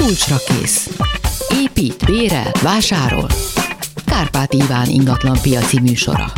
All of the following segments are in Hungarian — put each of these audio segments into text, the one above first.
Kulcsra kész. Épít, bérel, vásárol. Kárpát Iván ingatlan piaci műsora.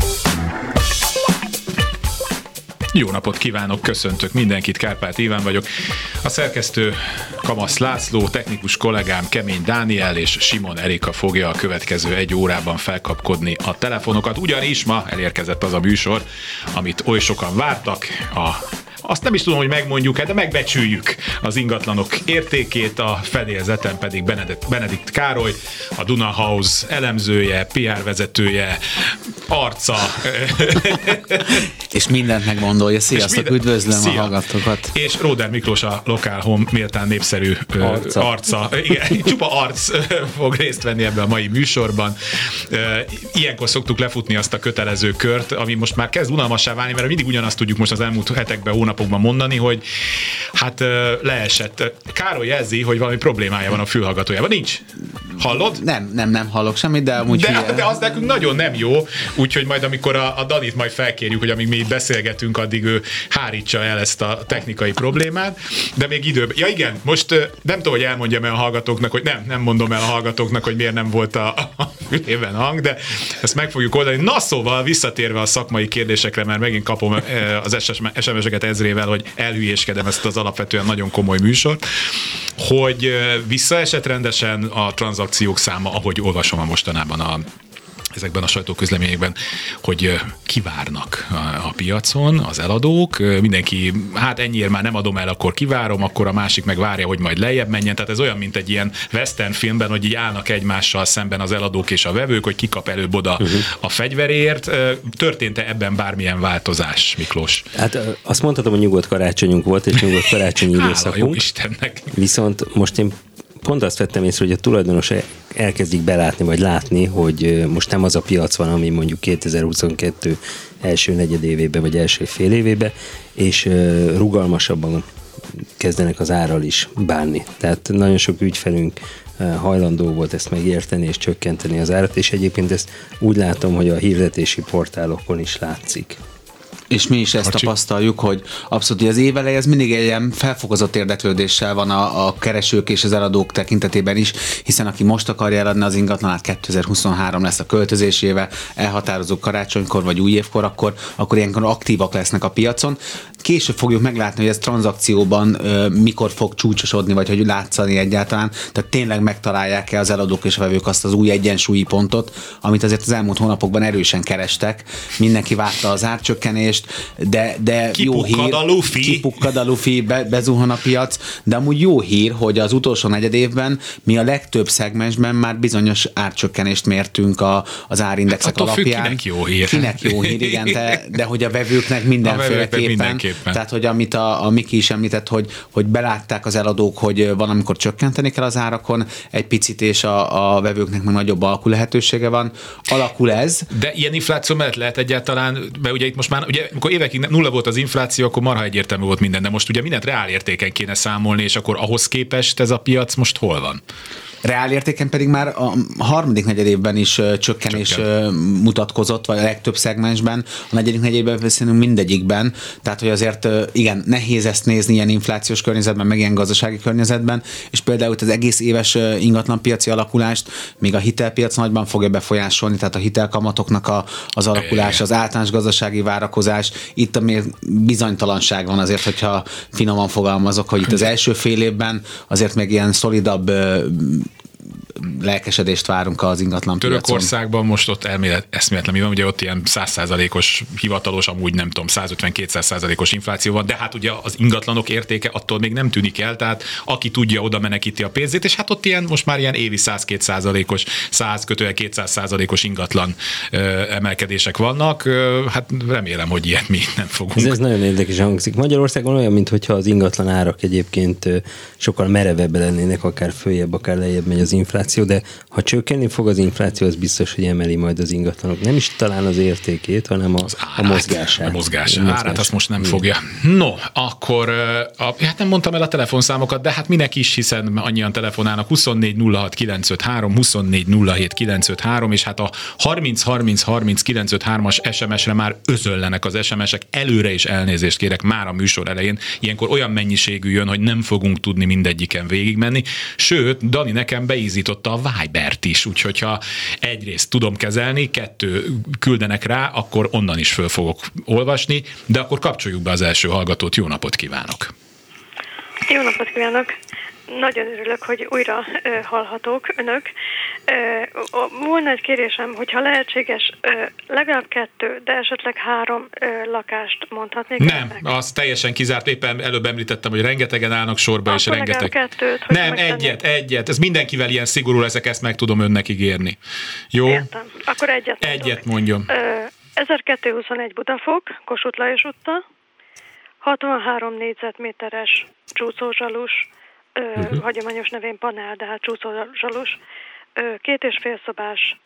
Jó napot kívánok, köszöntök mindenkit, Kárpát Iván vagyok. A szerkesztő Kamasz László, technikus kollégám Kemény Dániel és Simon Erika fogja a következő egy órában felkapkodni a telefonokat. Ugyanis ma elérkezett az a műsor, amit oly sokan vártak, azt nem is tudom, hogy megmondjuk-e, de megbecsüljük az ingatlanok értékét, a fedélzeten pedig Benedikt Károly, a Duna House elemzője, PR vezetője, arca. És mindent megmondolja. Sziasztok, üdvözlöm a hallgatókat. És Róder Miklós, a Lokál Home méltán népszerű arca. Igen, csupa arc fog részt venni ebben a mai műsorban. Ilyenkor szoktuk lefutni azt a kötelező kört, ami most már kezd unalmassá válni, mert mindig ugyanazt tudjuk most az elmúlt hetekben, hónapokban mondani, hogy hát leesett. Károly jelzi, hogy valami problémája van a fülhallgatójában. Nincs? Hallod? Nem hallok semmit, de amúgy... De az nekünk nagyon nem jó, úgyhogy majd amikor a Danit majd felkérjük, hogy amíg mi itt beszélgetünk, addig ő hárítsa el ezt a technikai problémát, de még időben. Ja igen, most nem tudom, hogy elmondjam el a hallgatóknak, hogy nem mondom el a hallgatóknak, hogy miért nem volt a fülében hang, de ezt meg fogjuk oldani. Na szóval, visszatérve a szakmai kérdésekre, mert megint kapom az SMS-eket ezrével, hogy elhülyéskedem ezt az alapvetően nagyon komoly műsort, hogy visszaesett rendesen a tranzakciók száma, ahogy olvasom mostanában ezekben a sajtóközleményekben, hogy kivárnak a piacon az eladók, mindenki, hát ennyiért már nem adom el, akkor kivárom, akkor a másik meg várja, hogy majd lejjebb menjen, tehát ez olyan, mint egy ilyen western filmben, hogy így állnak egymással szemben az eladók és a vevők, hogy kikap előbb oda a fegyverért. Történt-e ebben bármilyen változás, Miklós? Hát azt mondhatom, hogy nyugodt karácsonyunk volt, és nyugodt karácsonyi időszakunk. Jó Istennek. Viszont most én pont azt vettem észre, hogy a tulajdonosok elkezdik belátni, vagy látni, hogy most nem az a piac van, ami mondjuk 2022 első negyedévében, vagy első fél évében, és rugalmasabban kezdenek az árral is bánni. Tehát nagyon sok ügyfelünk hajlandó volt ezt megérteni és csökkenteni az árat, és egyébként ezt úgy látom, hogy a hirdetési portálokon is látszik. És mi is ezt tapasztaljuk, hogy abszolút, hogy az év eleje ez mindig egy ilyen felfokozott érdeklődéssel van a keresők és az eladók tekintetében is, hiszen aki most akarja eladni az ingatlanát, 2023 lesz a költözési éve, elhatározó karácsonykor vagy új évkor, akkor ilyenkor aktívak lesznek a piacon. Később fogjuk meglátni, hogy ez tranzakcióban mikor fog csúcsosodni, vagy hogy látszani egyáltalán. Tehát tényleg megtalálják-e az eladók és a vevők azt az új egyensúlyi pontot, amit azért az elmúlt hónapokban erősen kerestek. Mindenki várta az árcsökkenést, de jó hír. Kipukkad a lufi, bezuhan a piac, de amúgy jó hír, hogy az utolsó negyedévben mi a legtöbb szegmensben már bizonyos árcsökkenést mértünk az árindexek alapján. Kinek jó hír. Kinek jó hír, igen, de hogy a vevőknek mindenféleképpen. Tehát, hogy amit a Miki is említett, hogy belátták az eladók, hogy van, amikor csökkenteni kell az árakon egy picit, és a vevőknek meg nagyobb alkú lehetősége van. Alakul ez. De ilyen infláció mellett lehet egyáltalán, mert ugye itt most már, ugye, amikor évekig nulla volt az infláció, akkor marha egyértelmű volt minden, de most ugye mindent reálértéken kéne számolni, és akkor ahhoz képest ez a piac most hol van? Reálértéken pedig már a harmadik negyedévben is csökkenés mutatkozott, vagy a legtöbb szegmensben, a negyedik negyedében beszélünk mindegyikben, tehát hogy azért igen, nehéz ezt nézni ilyen inflációs környezetben, meg ilyen gazdasági környezetben, és például az egész éves ingatlanpiaci alakulást még a hitelpiac nagyban fogja befolyásolni, tehát a hitelkamatoknak az alakulás, az általános gazdasági várakozás, itt még bizonytalanság van azért, hogyha finoman fogalmazok, hogy itt az első fél évben azért még ilyen szolidabb lelkesedést várunk az ingatlan piacon. Törökországban most ott eszméletlen mi van, ugye ott ilyen 100%-os hivatalos, amúgy nem tudom, 150-200%-os infláció van, de hát ugye az ingatlanok értéke attól még nem tűnik el, tehát aki tudja, oda menekíti a pénzét, és hát ott ilyen, most már ilyen évi 100-200%-os, 100-200%-os ingatlan emelkedések vannak, hát remélem, hogy ilyet mi nem fogunk. Ez nagyon érdekes hangzik. Magyarországon olyan, mintha az ingatlan árak egyébként sokkal merevebb lennének, akár följebb, akár lejjebb megy az infláció. infláció, de ha csökkenni fog az infláció, az biztos, hogy emeli majd az ingatlanok. Nem is talán az értékét, hanem a mozgását. A mozgását. Árát azt most nem fogja. No, akkor hát nem mondtam el a telefonszámokat, de hát minek is, hiszen annyian telefonálnak. 24 06 953, 24 07 953, és hát a 30 30 30 953-as SMS-re már özöllenek az SMS-ek. Előre is elnézést kérek már a műsor elején. Ilyenkor olyan mennyiségű jön, hogy nem fogunk tudni mindegyiken végigmenni. Sőt, Dani nekem beízította a Vibert is, úgyhogy ha egyrészt tudom kezelni, 2 küldenek rá, akkor onnan is föl fogok olvasni, de akkor kapcsoljuk be az első hallgatót. Jó napot kívánok! Jó napot kívánok! Nagyon örülök, hogy újra hallhatók önök. Volna egy kérésem, hogyha lehetséges, legalább 2, de esetleg 3 lakást mondhatnék. Nem, az teljesen kizárt. Éppen előbb említettem, hogy rengetegen állnak sorba, és rengeteg. 2-t, nem, egyet. Ez mindenkivel ilyen szigorú leszek, ezt meg tudom önnek ígérni. Jó? Értem. Akkor egyet mondjon. 1221 Budafok, Kossuth Lajos utca, 63 négyzetméteres csúszózsalus, hagyományos nevén panel, de hát csúszózsalus, 2,5 szobás,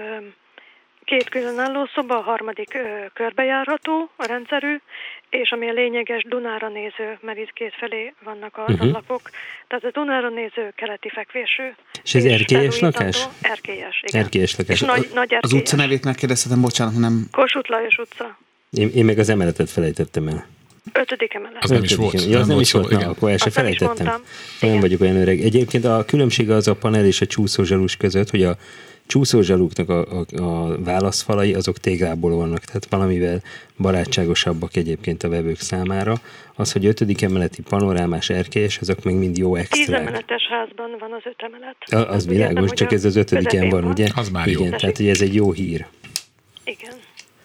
2 különálló szoba, a harmadik körbejárható, a rendszerű, és ami a lényeges, Dunára néző, mert itt kétfelé vannak az ablakok, tehát a Dunára néző keleti fekvésű. És ez erkélyes lakás? Erkélyes, igen. Erkélyes lakás. És nagy erkélyes. Az utca nevét megkérdezhetem, bocsánat, nem... Kossuth Lajos utca. Én meg az emeletet felejtettem el. 5. emelet. Az nem is volt. Ja, az nem is volt, na, akkor el se felejtettem. Nem vagyok olyan öreg. Egyébként a különbség az a panel és a csúszózsalus között, hogy a csúszózsaluknak a válaszfalai azok téglából vannak, tehát valamivel barátságosabbak egyébként a vevők számára. Az, hogy 5. emeleti panorámás erkélyes, azok meg mind jó extra. 10 emeletes házban van az 5 emelet. Az világos, csak ez az 5-en van, ugye? Az már jó. Igen, tehát hogy ez egy jó hír. Igen.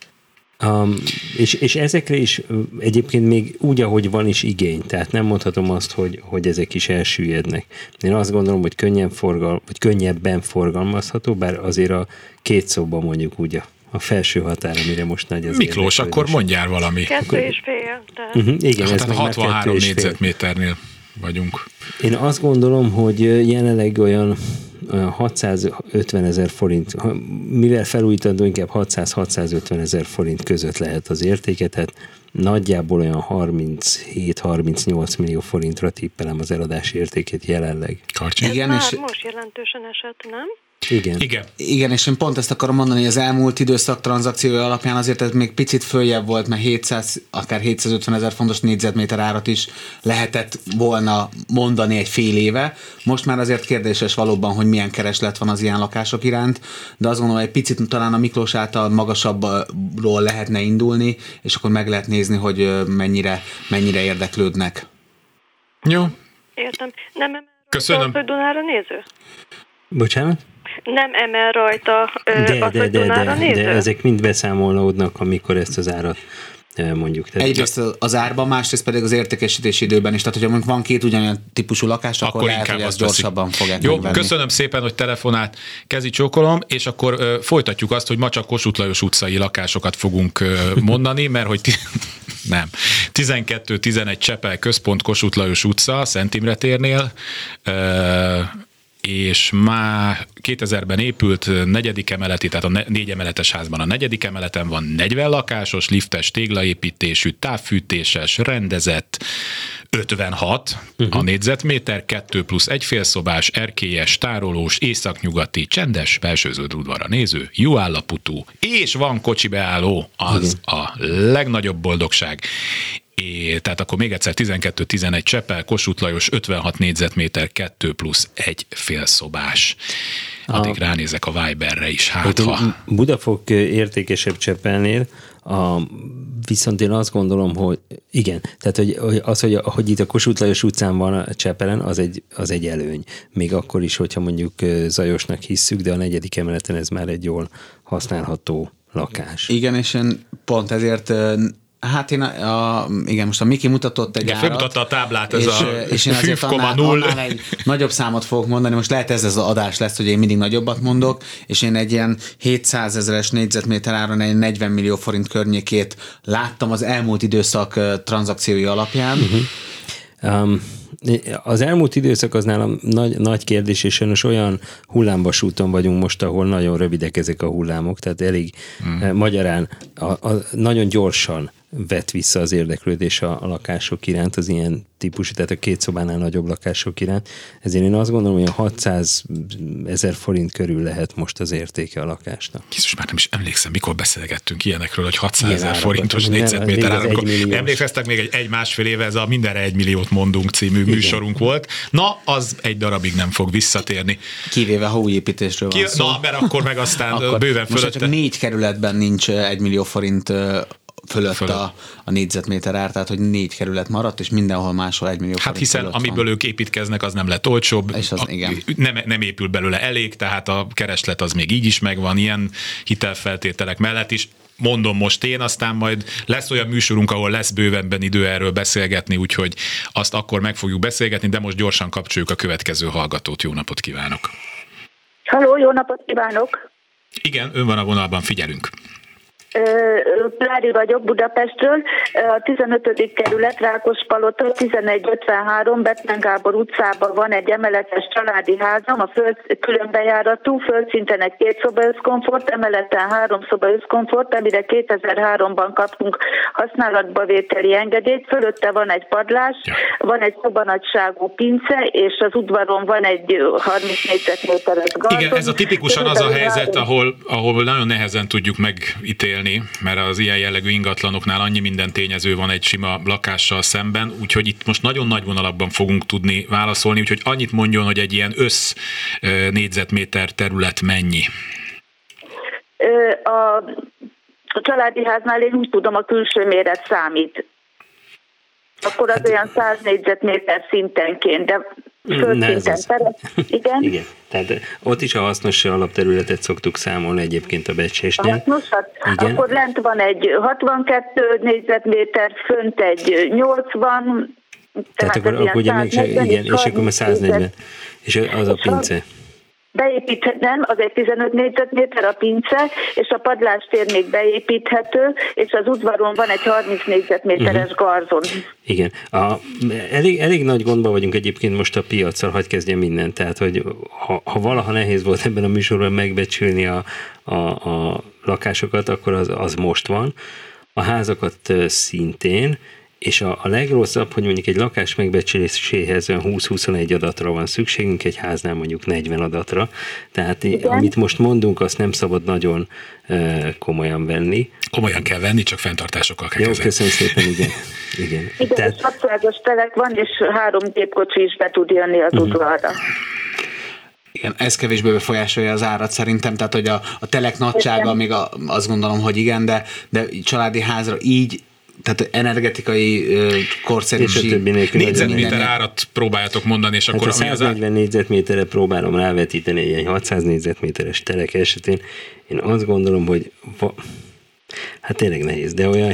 És ezekre is egyébként még úgy, ahogy van is igény, tehát nem mondhatom azt, hogy ezek is elsüllyednek. Én azt gondolom, hogy könnyebben forgalmazható, bár azért a 2 szoba mondjuk úgy a felső határ, amire most nagy az Miklós, akkor mondjál valami. 2,5. Igen, ez hát 63 négyzetméternél vagyunk. Én azt gondolom, hogy jelenleg olyan 650 000 forint, mivel felújítandó, inkább 600-650 000 forint között lehet az értéke, tehát nagyjából olyan 37-38 millió forintra tippelem az eladási értékét jelenleg. Igen, és most jelentősen esett, nem? Igen, és én pont ezt akarom mondani, hogy az elmúlt időszak tranzakciója alapján azért ez még picit följebb volt, mert 700, akár 750 000 fontos négyzetméter árat is lehetett volna mondani egy fél éve. Most már azért kérdéses valóban, hogy milyen kereslet van az ilyen lakások iránt, de azt gondolom, hogy egy picit talán a Miklós által magasabbról lehetne indulni, és akkor meg lehet nézni, hogy mennyire érdeklődnek. Jó. Értem. Nem emel Köszönöm. hogy Dunára néző? Bocsánat? Nem emel rajta hogy Dunára néző? De ezek mind beszámolódnak, amikor ezt az árat mondjuk. Egyrészt az árban, másrészt pedig az értékesítési időben is. Tehát, hogyha mondjuk van 2 ugyanolyan típusú lakás, akkor lehet, hogy ezt gyorsabban fogják Jó, megvenni. Köszönöm szépen, hogy telefonált, kezi csókolom, és akkor folytatjuk azt, hogy ma csak Kossuth Lajos utcai lakásokat fogunk mondani, mert hogy 12-11 Csepel központ, Kossuth Lajos utca, Szent Imre térnél, és már 2000-ben épült 4. emeleti, tehát a 4 emeletes házban a 4. emeleten van 40 lakásos, liftes, téglaépítésű, távfűtéses, rendezett, 56 a négyzetméter, 2+1 félszobás, erkélyes, tárolós, északnyugati, csendes, belsőzöld udvarra néző, jó állapotú, és van kocsi beálló, az a legnagyobb boldogság. Tehát akkor még egyszer 12-11 Csepel, Kossuth Lajos, 56 négyzetméter, 2+1 félszobás. Addig ránézek a Viberre is, Budafok értékesebb Csepelnél, viszont én azt gondolom, hogy igen, tehát hogy itt a Kossuth Lajos utcán van a Csepelen, az egy előny. Még akkor is, hogyha mondjuk zajosnak hisszük, de a 4. emeleten ez már egy jól használható lakás. Igen, és én pont ezért... Hát igen, most a Miki mutatott egy árat. Fölmutatta a táblát, ez és én azért annál egy nagyobb számot fogok mondani, most lehet ez az adás lesz, hogy én mindig nagyobbat mondok, és én egy ilyen 700 000-es négyzetméter áron egy 40 millió forint környékét láttam az elmúlt időszak tranzakciói alapján. Az elmúlt időszak az nálam nagy kérdés, és sajnos olyan hullámvasúton vagyunk most, ahol nagyon rövidek ezek a hullámok, tehát elég magyarán nagyon gyorsan vett vissza az érdeklődés a lakások iránt, az ilyen típusú, tehát a 2 szobánál nagyobb lakások iránt. Ezért én azt gondolom, hogy a 600 000 forint körül lehet most az értéke a lakásnak. Jézus, már nem is emlékszem, mikor beszélgettünk ilyenekről, hogy 600 000 forintos négyzetméter árakon. Emlékeztek még egy másfél éve, ez a Mindenre 1 milliót mondunk című műsorunk volt. Na, az egy darabig nem fog visszatérni. Kivéve, ha új építésről van szó. Na, mert akkor meg aztán akkor bőven fölötte. Most csak 4 kerületben nincs 1 millió forint fölött a négyzetméter ár, tehát hogy 4 kerület maradt, és mindenhol máshol 1 millió forint. Hát hiszen amiből van. ők építkeznek, az nem lett olcsóbb, és az, igen. Nem épül belőle elég, tehát a kereslet az még így is megvan, ilyen hitelfeltételek mellett is. Mondom most én, aztán majd lesz olyan műsorunk, ahol lesz bővenben idő erről beszélgetni, úgyhogy azt akkor meg fogjuk beszélgetni, de most gyorsan kapcsoljuk a következő hallgatót. Jó napot kívánok! Halló, jó napot kívánok! Igen, ön van a vonalban, figyelünk. Klári vagyok Budapestről, a 15. kerület Rákospalota 1153 Bethlen Gábor utcában van egy emeletes családi házam, a különbejáratú, földszinten egy 2 szoba összkomfort, emeleten 3 szoba összkomfort, amire 2003-ban kaptunk használatba vételi engedélyt, fölötte van egy padlás, van egy szobanagyságú pince, és az udvaron van egy 30 négyzetméteres garzon. Igen, ez a tipikusan az a helyzet, ahol nagyon nehezen tudjuk megítélni, mert az ilyen jellegű ingatlanoknál annyi minden tényező van egy sima lakással szemben, úgyhogy itt most nagyon nagy vonalakban fogunk tudni válaszolni, úgyhogy annyit mondjon, hogy egy ilyen négyzetméter terület mennyi? A családi háznál én úgy tudom, a külső méret számít. Akkor az olyan 100 négyzetméter szintenként, de földszinten. Igen? Igen. Tehát ott is a hasznos alapterületet szoktuk számolni egyébként a becslésnél. A hasznosat? Igen. Akkor lent van egy 62 négyzetméter, fönt egy 80, tehát akkor ugye még igen, és akkor már 140, és az a pince. Beépíthetnem, az egy 15 négyzetméter a pince, és a padlástér még beépíthető, és az udvaron van egy 30 négyzetméteres garzon. Igen. Elég nagy gondban vagyunk egyébként most a piaccal, hadd kezdjem mindent. Tehát, hogy ha valaha nehéz volt ebben a műsorban megbecsülni a lakásokat, akkor az most van. A házakat szintén, és a legrosszabb, hogy mondjuk egy lakás megbecsüléséhez olyan 20-21 adatra van szükségünk, egy háznál mondjuk 40 adatra. Tehát amit most mondunk, azt nem szabad nagyon komolyan venni. Komolyan kell venni, csak fenntartásokkal kell kezelni. Jó, köszönöm szépen, igen. Tehát, és 600-as telek van, és 3 gépkocsi is be tud jönni az udvarra. Igen, ez kevésbé befolyásolja az árat szerintem, tehát hogy a telek nagysága még azt gondolom, hogy igen, de családi házra így, tehát energetikai korszerűség. Négyzetméter árat próbáljátok mondani, és akkor... Hát a 140 négyzetméterre próbálom rávetíteni egy 600 négyzetméteres telek esetén. Én azt gondolom, hogy hát tényleg nehéz, de olyan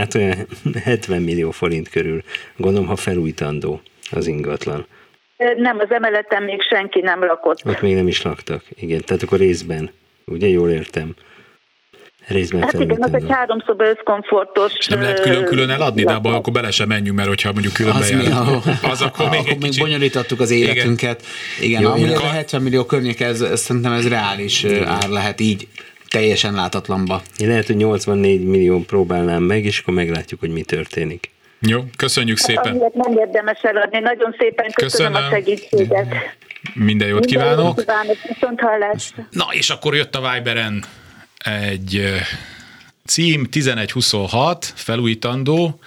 70 millió forint körül, gondolom, ha felújítandó az ingatlan. Nem, az emeleten még senki nem lakott. Ott még nem is laktak, igen. Tehát akkor részben, ugye jól értem? Részben hát igen, az egy 3 szoba összkomfortos. És nem lehet külön-külön eladni, de abban akkor bele sem menjünk, mert hogyha mondjuk külön az akkor még bonyolítottuk az életünket. Igen, amúgy a 70 millió környék, szerintem ez reális ár lehet így teljesen látatlanba. Én lehet, hogy 84 millió próbálnám meg, és akkor meglátjuk, hogy mi történik. Jó, köszönjük szépen. Amiért nem érdemes eladni. Nagyon szépen köszönöm a segítséget. Minden jót kívánok. Viszont hallásra. Na, és akkor jött a Viberen egy cím, 1126, felújítandó,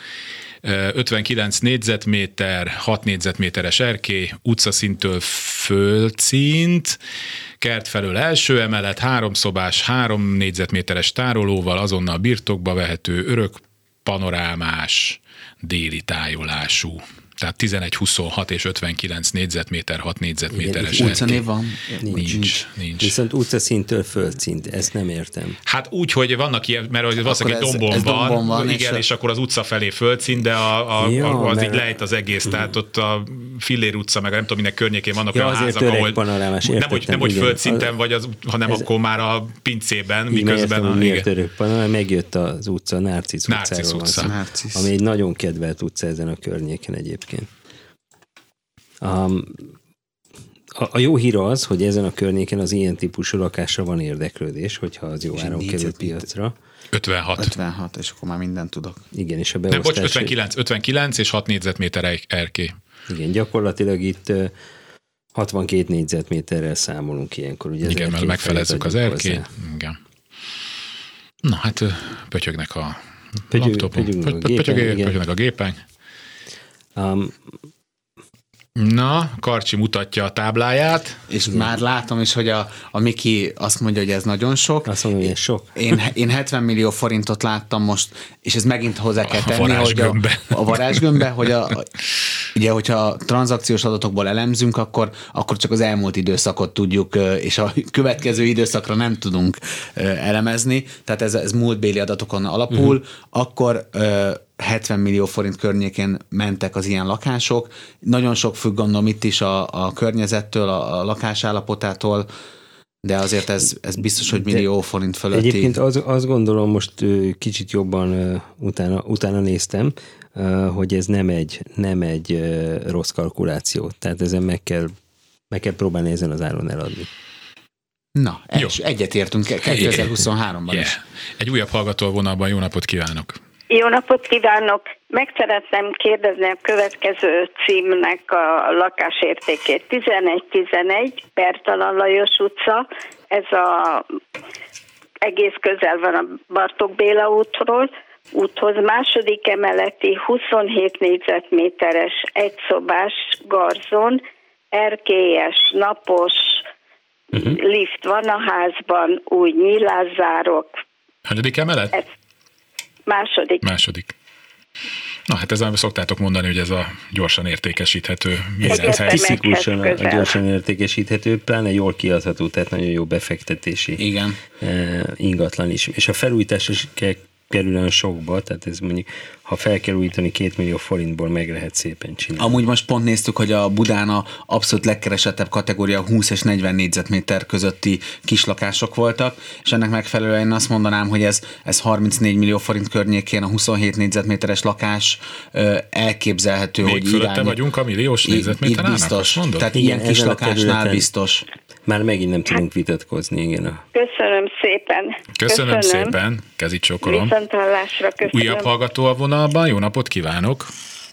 59 négyzetméter, 6 négyzetméteres erkély, utcaszintől földszint, kert felől első emelet, 3 szobás, 3 négyzetméteres tárolóval, azonnal birtokba vehető, örök panorámás, déli tájolású. Tehát 11-26 és 59 négyzetméter, 6 négyzetméteres. Utcanév van? Nincs. Viszont utcaszintől földszint, ezt nem értem. Hát úgy, hogy vannak ilyen, mert valószínűleg egy dombon van, igen, és akkor az utca felé földszint, de az így lejt az egész, tehát ott a Fillér utca, meg nem tudom, minek környékén vannak olyan házak, ahol nem hogy földszinten vagy, hanem akkor már a pincében, miközben miért örök panoráma, megjött az utca, Nárcisz utca, ami egy nagyon kedvelt utca ezen a környéken egyébként. A jó hír az, hogy ezen a környéken az ilyen típusú lakásra van érdeklődés, hogyha az jó áron kerül piacra. 56, és akkor már mindent tudok. Igen, és a beosztás... Nem, 59 és 6 négyzetméter erkély. Igen, gyakorlatilag itt 62 négyzetméterrel számolunk ilyenkor. Ugye igen, mert megfelezzük az erkélyt. Igen. Na hát pötyögnek a laptopon. Pötyögnek a gépen. Na, Karcsi mutatja a tábláját. És már látom is, hogy a Miki azt mondja, hogy ez nagyon sok. Azt mondja, hogy ez sok. Én 70 millió forintot láttam most, és ez megint hozzá kell tenni, hogy a varázsgömbbe, hogy ugye, hogyha tranzakciós adatokból elemzünk, akkor csak az elmúlt időszakot tudjuk, és a következő időszakra nem tudunk elemezni. Tehát ez múltbéli adatokon alapul, akkor 70 millió forint környékén mentek az ilyen lakások. Nagyon sok függ, gondolom itt is a környezettől, a lakásállapotától, de azért ez biztos, hogy millió forint fölötti. Egyébként azt gondolom, most kicsit jobban utána néztem, hogy ez nem egy rossz kalkuláció. Tehát ezen meg kell próbálni ezen az áron eladni. Na, egyetértünk 2023-ban is. Egy újabb hallgató a vonalban, jó napot kívánok! Jó napot kívánok! Meg szeretném kérdezni a következő címnek a lakásértékét. 1111 Bertalan Lajos utca, ez egész közel van a Bartók Béla úthoz, második emeleti 27 négyzetméteres egyszobás garzon, erkélyes, napos, lift van a házban, új nyílászárok. Hanyadik emelet? Második. Na hát ezzel szoktátok mondani, hogy ez a gyorsan értékesíthető tipikusan a gyorsan értékesíthető, pláne jól kiadható, tehát nagyon jó befektetési ingatlan is. És a felújítás is kerülően sokba, tehát ez mondjuk, ha fel kell újítani 2 millió forintból, meg lehet szépen csinálni. Amúgy most pont néztük, hogy a Budán a abszolút legkeresettebb kategória 20 és 40 négyzetméter közötti kislakások voltak, és ennek megfelelően én azt mondanám, hogy ez 34 millió forint környékén a 27 négyzetméteres lakás elképzelhető, még hogy fölötte vagyunk a milliós négyzetméter ának, biztos. Tehát ilyen kislakásnál biztos. Már megint nem tudunk vitatkozni, igen. Köszönöm szépen. Köszönöm szépen, kezit csókolom. Viszonthallásra, köszönöm. Újabb hallgató a vonalban, jó napot kívánok.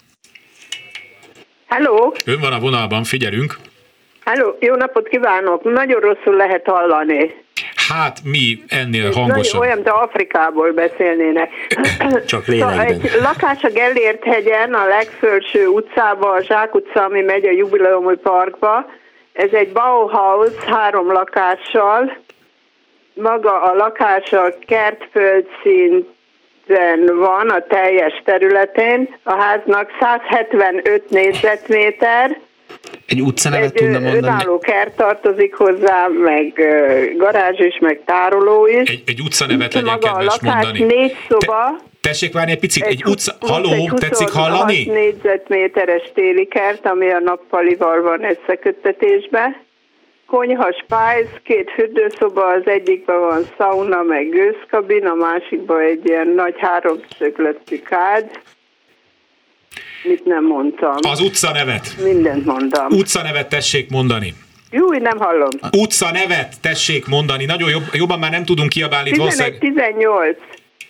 Halló. Ön van a vonalban, figyelünk. Halló, jó napot kívánok. Nagyon rosszul lehet hallani. Hát mi ennél hangosabb. Olyan, de Afrikából beszélnének. Csak lélekben. Egy lakás a Gellért hegyen, a legfelső utcában, a Zsák utca, ami megy a Jubileumi Parkba. Ez egy Bauhaus 3 lakással. Maga a lakás a kertföld szinten van a teljes területén. A háznak 175 négyzetméter. Egy utcanevet tudna mondani? Önálló kert tartozik hozzá, meg garázs is, meg tároló is. Egy utcanevet legyen kedves mondani. 4 szoba. Tessék várni egy picit, egy utca... Halló, tetszik hallani? 26 négyzetméteres téli kert, ami a nappalival van összeköttetésben. Konyha, spájz, 2 fürdőszoba, az egyikben van szauna, meg gőzkabin, a másikban egy ilyen nagy 3-szögletű kád. Mit nem mondtam? Az utcanevet. Mindent mondtam. Utcanevet tessék mondani. Júj, nem hallom. Utcanevet tessék mondani. Nagyon jobban már nem tudunk kiabálni. 11-18.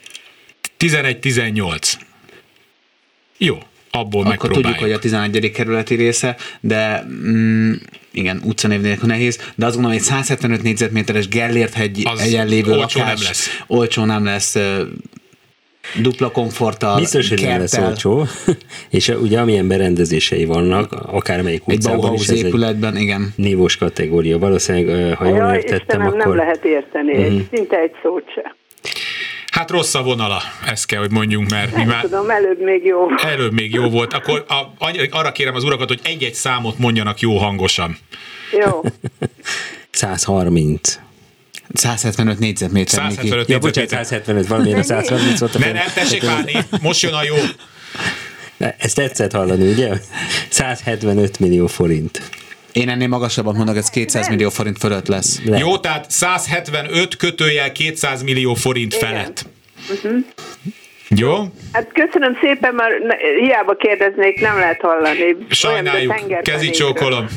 11-18. Jó, abból akkor megpróbáljuk. tudjuk, hogy a 11. kerületi része, de igen, utcanév nélkül nehéz, de azt gondolom, hogy egy 175 négyzetméteres Gellért hegyen lévő lakás olcsó nem lesz. Dupla komforttal, biztos, hogy nem lesz olcsó, és ugye amilyen berendezései vannak, akármelyik utcában is, ez épületben, igen. nívós kategória. Valószínűleg, ha jól értettem, Istenem, akkor... nem lehet érteni, szinte egy szót se. Hát rossz a vonala, ezt kell, hogy mondjunk, mert mi már... tudom, előbb még jó. Előbb még jó volt. Akkor arra kérem az urakat, hogy egy-egy számot mondjanak jó hangosan. Jó. 130. 175 négyzetméter. 175 ja, bocsánat, 175, valamilyen a 130 volt. Nem, tessék várni, most jön a jó. Ezt tetszett hallani, ugye? 175 millió forint. Én ennél magasabban mondok, ez 200 millió forint fölött lesz. Jó, tehát 175 / 200 millió forint felett. Jó? Hát köszönöm szépen, mert hiába kérdeznék, nem lehet hallani. Sajnáljuk, kezicsókolom.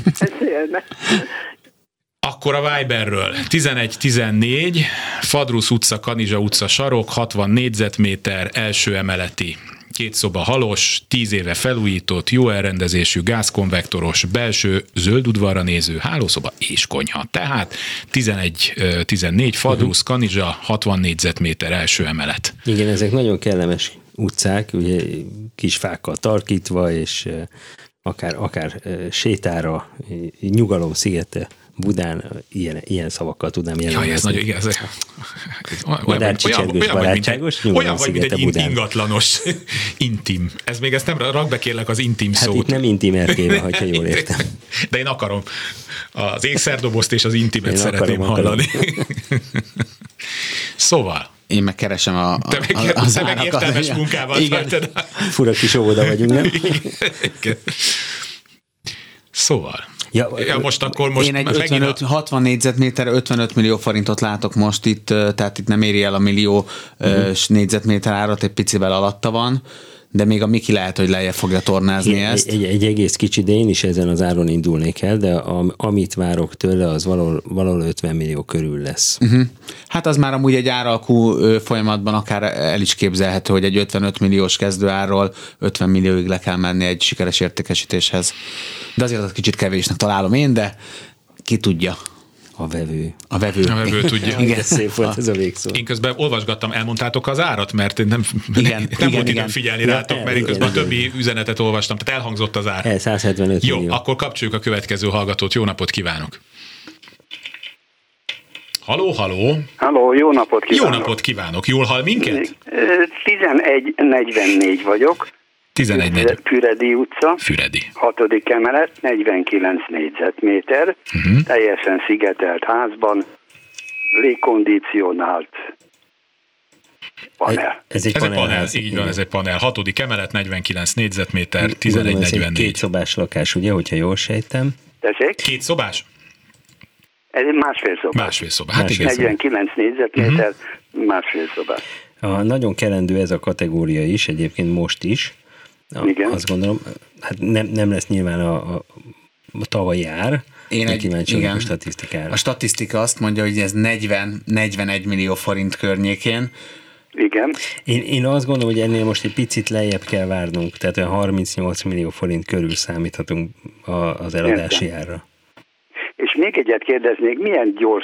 Akkor a Viberről. 1114, Fadrusz utca, Kanizsa utca sarok, 60 négyzetméter, első emeleti. 2 szoba halos, 10 éve felújított, jó elrendezésű, gázkonvektoros, belső, zöld udvarra néző hálószoba és konyha. Tehát 11-14, Fadrusz, Kanizsa, 60 négyzetméter, első emelet. Igen, ezek nagyon kellemes utcák, ugye kis fákkal tarkítva, és akár sétára, nyugalom szigete Budán ilyen szavakkal tudnám jelenteni. Jaj, ez nagyon igaz. Madárcsicsergős, barátságos, olyan vagy, mint egy ingatlanos, intim. Ezt nem rak be kérlek az intim szót. Hát itt nem intim erkéve, hogyha jól értem. De én akarom. Az ékszerdobozt és az intimet szeretném hallani. Szóval. Én meg keresem te meg értelmes munkával. Fura kis óvoda vagyunk, nem? Szóval. Most én egy 60 négyzetméter, 55 millió forintot látok most itt, tehát itt nem éri el a millió négyzetméter árat, egy picivel alatta van, de még a Miki lehet, hogy lejjebb fogja tornázni ezt. Egy egész kicsi, de én is ezen az áron indulnék el, de amit várok tőle, az valahol 50 millió körül lesz. Hát az már amúgy egy áralkú folyamatban akár el is képzelhető, hogy egy 55 milliós kezdőárról 50 millióig le kell menni egy sikeres értékesítéshez. De azért az kicsit kevésnek találom én, de ki tudja. A vevő. A vevő tudja. Igen, szép volt ez a végszó. Én közben olvasgattam, elmondtátok az árat, mert nem volt időm figyelni rátok, mert én közben a többi üzenetet olvastam, tehát elhangzott az ár. 175 Jó, millió. akkor kapcsoljuk a következő hallgatót. Jó napot kívánok! Halló! Halló, jó napot kívánok! Jó napot kívánok! Jól hall minket? 1144 vagyok. 11. Füredi utca. Füredi. 6. emelet, 49 négyzetméter. Teljesen szigetelt házban, légkondicionált panel. Ez egy panel, így van, ez egy panel. 6. emelet, 49 négyzetméter, 11-44. Két szobás lakás, ugye, hogyha jól sejtem. Tessék? 2 szobás? Ez egy másfél szobás. Másfél szobás. Hát 49 négyzetméter, másfél szobás. Nagyon kelendő ez a kategória is, egyébként most is. Igen. Azt gondolom, hát nem lesz nyilván a tavalyi ár. Igen. A statisztikára. A statisztika azt mondja, hogy ez 40-41 millió forint környékén. Igen. Én azt gondolom, hogy ennél most egy picit lejjebb kell várnunk, tehát olyan 38 millió forint körül számíthatunk az eladási árra. És még egyet kérdeznék, milyen gyors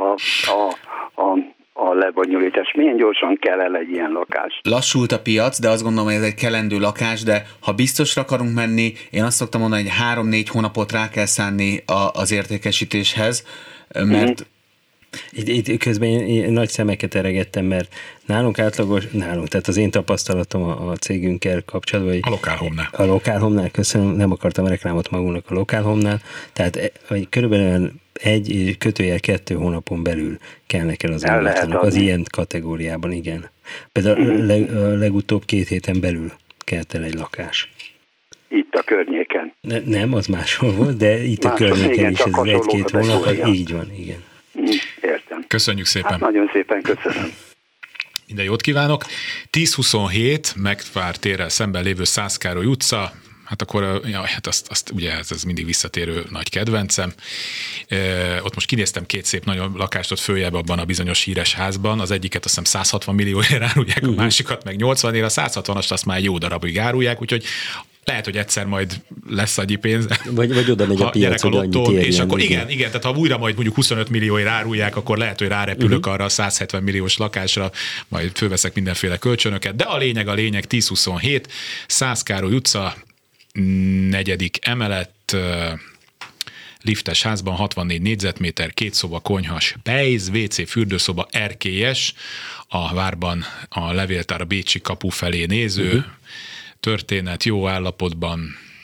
a lebonyolítás, milyen gyorsan kell el egy ilyen lakás? Lassult a piac, de azt gondolom, hogy ez egy kelendő lakás, de ha biztosra akarunk menni, én azt szoktam mondani, hogy 3-4 hónapot rá kell szánni az értékesítéshez, mert Itt közben én nagy szemeket eregettem, mert nálunk, tehát az én tapasztalatom a cégünkkel kapcsolatban, hogy a Local Home-nál, köszönöm, nem akartam reklámot magunknak a Local Home-nál, tehát körülbelül 1-2 hónapon belül kellnek el az ingatlanok az ilyen kategóriában, igen. Például a legutóbb 2 héten belül kelt el egy lakás. Itt a környéken. Nem, az máshol volt, de itt a környéken igen, is ez 1-2 hónap, így van, igen. Értem. Köszönjük szépen. Hát nagyon szépen köszönöm. Minden jót kívánok. 1027 Megvár térrel szemben lévő Szász Károly utca. Hát akkor, hát azt ugye ez mindig visszatérő nagy kedvencem. Ott most kinéztem 2 szép nagyon lakást ott följebb abban a bizonyos híres házban. Az egyiket azt hiszem 160 millióért árulják, a másikat meg 80-ért, a 160-ast azt már jó darabig árulják, úgyhogy lehet, hogy egyszer majd lesz annyi pénz. Vagy oda megy a piac, hogy annyit érjen. És akkor igen, tehát ha újra majd mondjuk 25 millióért árulják, akkor lehet, hogy rárepülök arra a 170 milliós lakásra, majd fölveszek mindenféle kölcsönöket, de a lényeg 1027, Szász Károly utca, 4. emelet, liftes házban, 64 négyzetméter, 2 szoba, konyha, spejz, WC, fürdőszoba, erkélyes, a várban a levéltár a Bécsi kapu felé néző, történet, jó állapotban.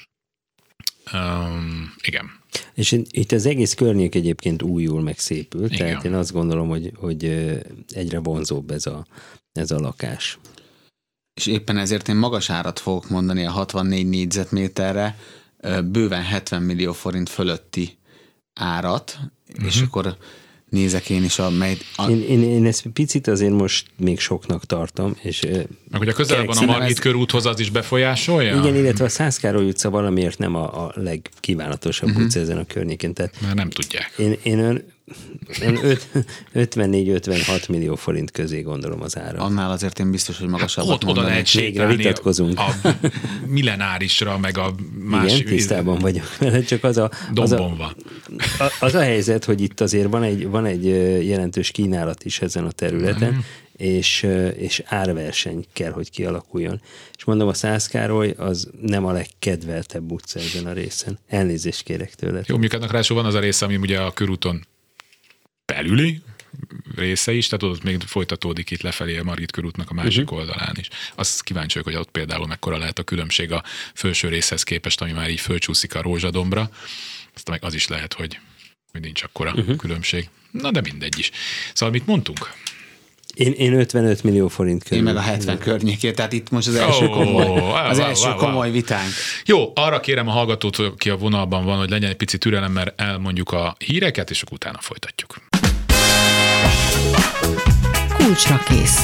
Igen. És itt az egész környék egyébként újul, meg szépül, igen. Tehát én azt gondolom, hogy egyre vonzóbb ez a lakás. És éppen ezért én magas árat fogok mondani a 64 négyzetméterre, bőven 70 millió forint fölötti árat, és akkor nézek én is, Én ezt picit azért most még soknak tartom. És meg hogy a közelebb van a Margit körúthoz, az is befolyásolja? Igen, illetve a Szász Károly utca valamiért nem a legkívánatosabb utca ezen a környékén. Tehát már nem tudják. Én 54-56 millió forint közé gondolom az ára. Annál azért én biztos, hogy magasabbat oda lehet sétálni vitatkozunk. A millenárisra, meg a más... Igen, tisztában vagyok vele, csak az a helyzet, hogy itt azért van egy jelentős kínálat is ezen a területen, és árverseny kell, hogy kialakuljon. És mondom, a Szász Károly az nem a legkedveltebb utca ezen a részen. Elnézést kérek tőle. Jó, mondjuk ennek ráadásul van az a része, ami ugye a körúton belüli része is, tehát ott még folytatódik itt lefelé a Margit körútnak a másik oldalán is. Azt kíváncsi vagyok, hogy ott például mekkora lehet a különbség a felső részhez képest, ami már így fölcsúszik a Rózsadombra. Aztán meg az is lehet, hogy nincs akkora különbség. Na de mindegy is. Szóval mit mondtunk? Én 55 millió forint körül. Én meg a 70 környékét, tehát itt most az első komoly vitánk. Jó, arra kérem a hallgatót, aki a vonalban van, hogy legyen egy pici türelem, mert elmondjuk a híreket, és akkor utána folytatjuk. Kulcsra kész.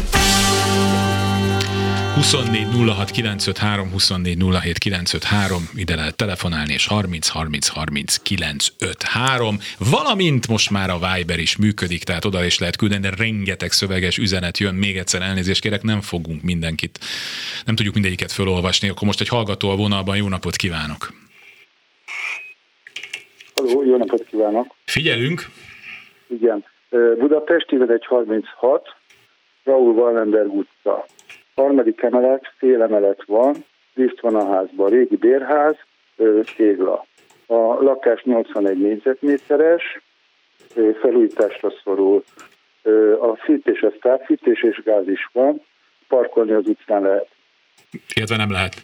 24 06 953, 24 07 953, ide lehet telefonálni, és 30 30 30 953, valamint most már a Viber is működik, tehát oda is lehet küldeni, de rengeteg szöveges üzenet jön, még egyszer elnézést kérek, nem fogunk mindenkit, nem tudjuk mindegyiket felolvasni, akkor most egy hallgató a vonalban, jó napot kívánok! Halló, jó napot kívánok! Figyelünk! Igen, Budapest 1136, Raúl Wallenberg utca. Harmadik emelet, fél emelet van, liszt van a házban, régi bérház, tégla. A lakás 81 négyzetméteres, felújításra szorul. A fűtés, az távfűtés és gáz is van, parkolni az utcán lehet. Illetve nem lehet.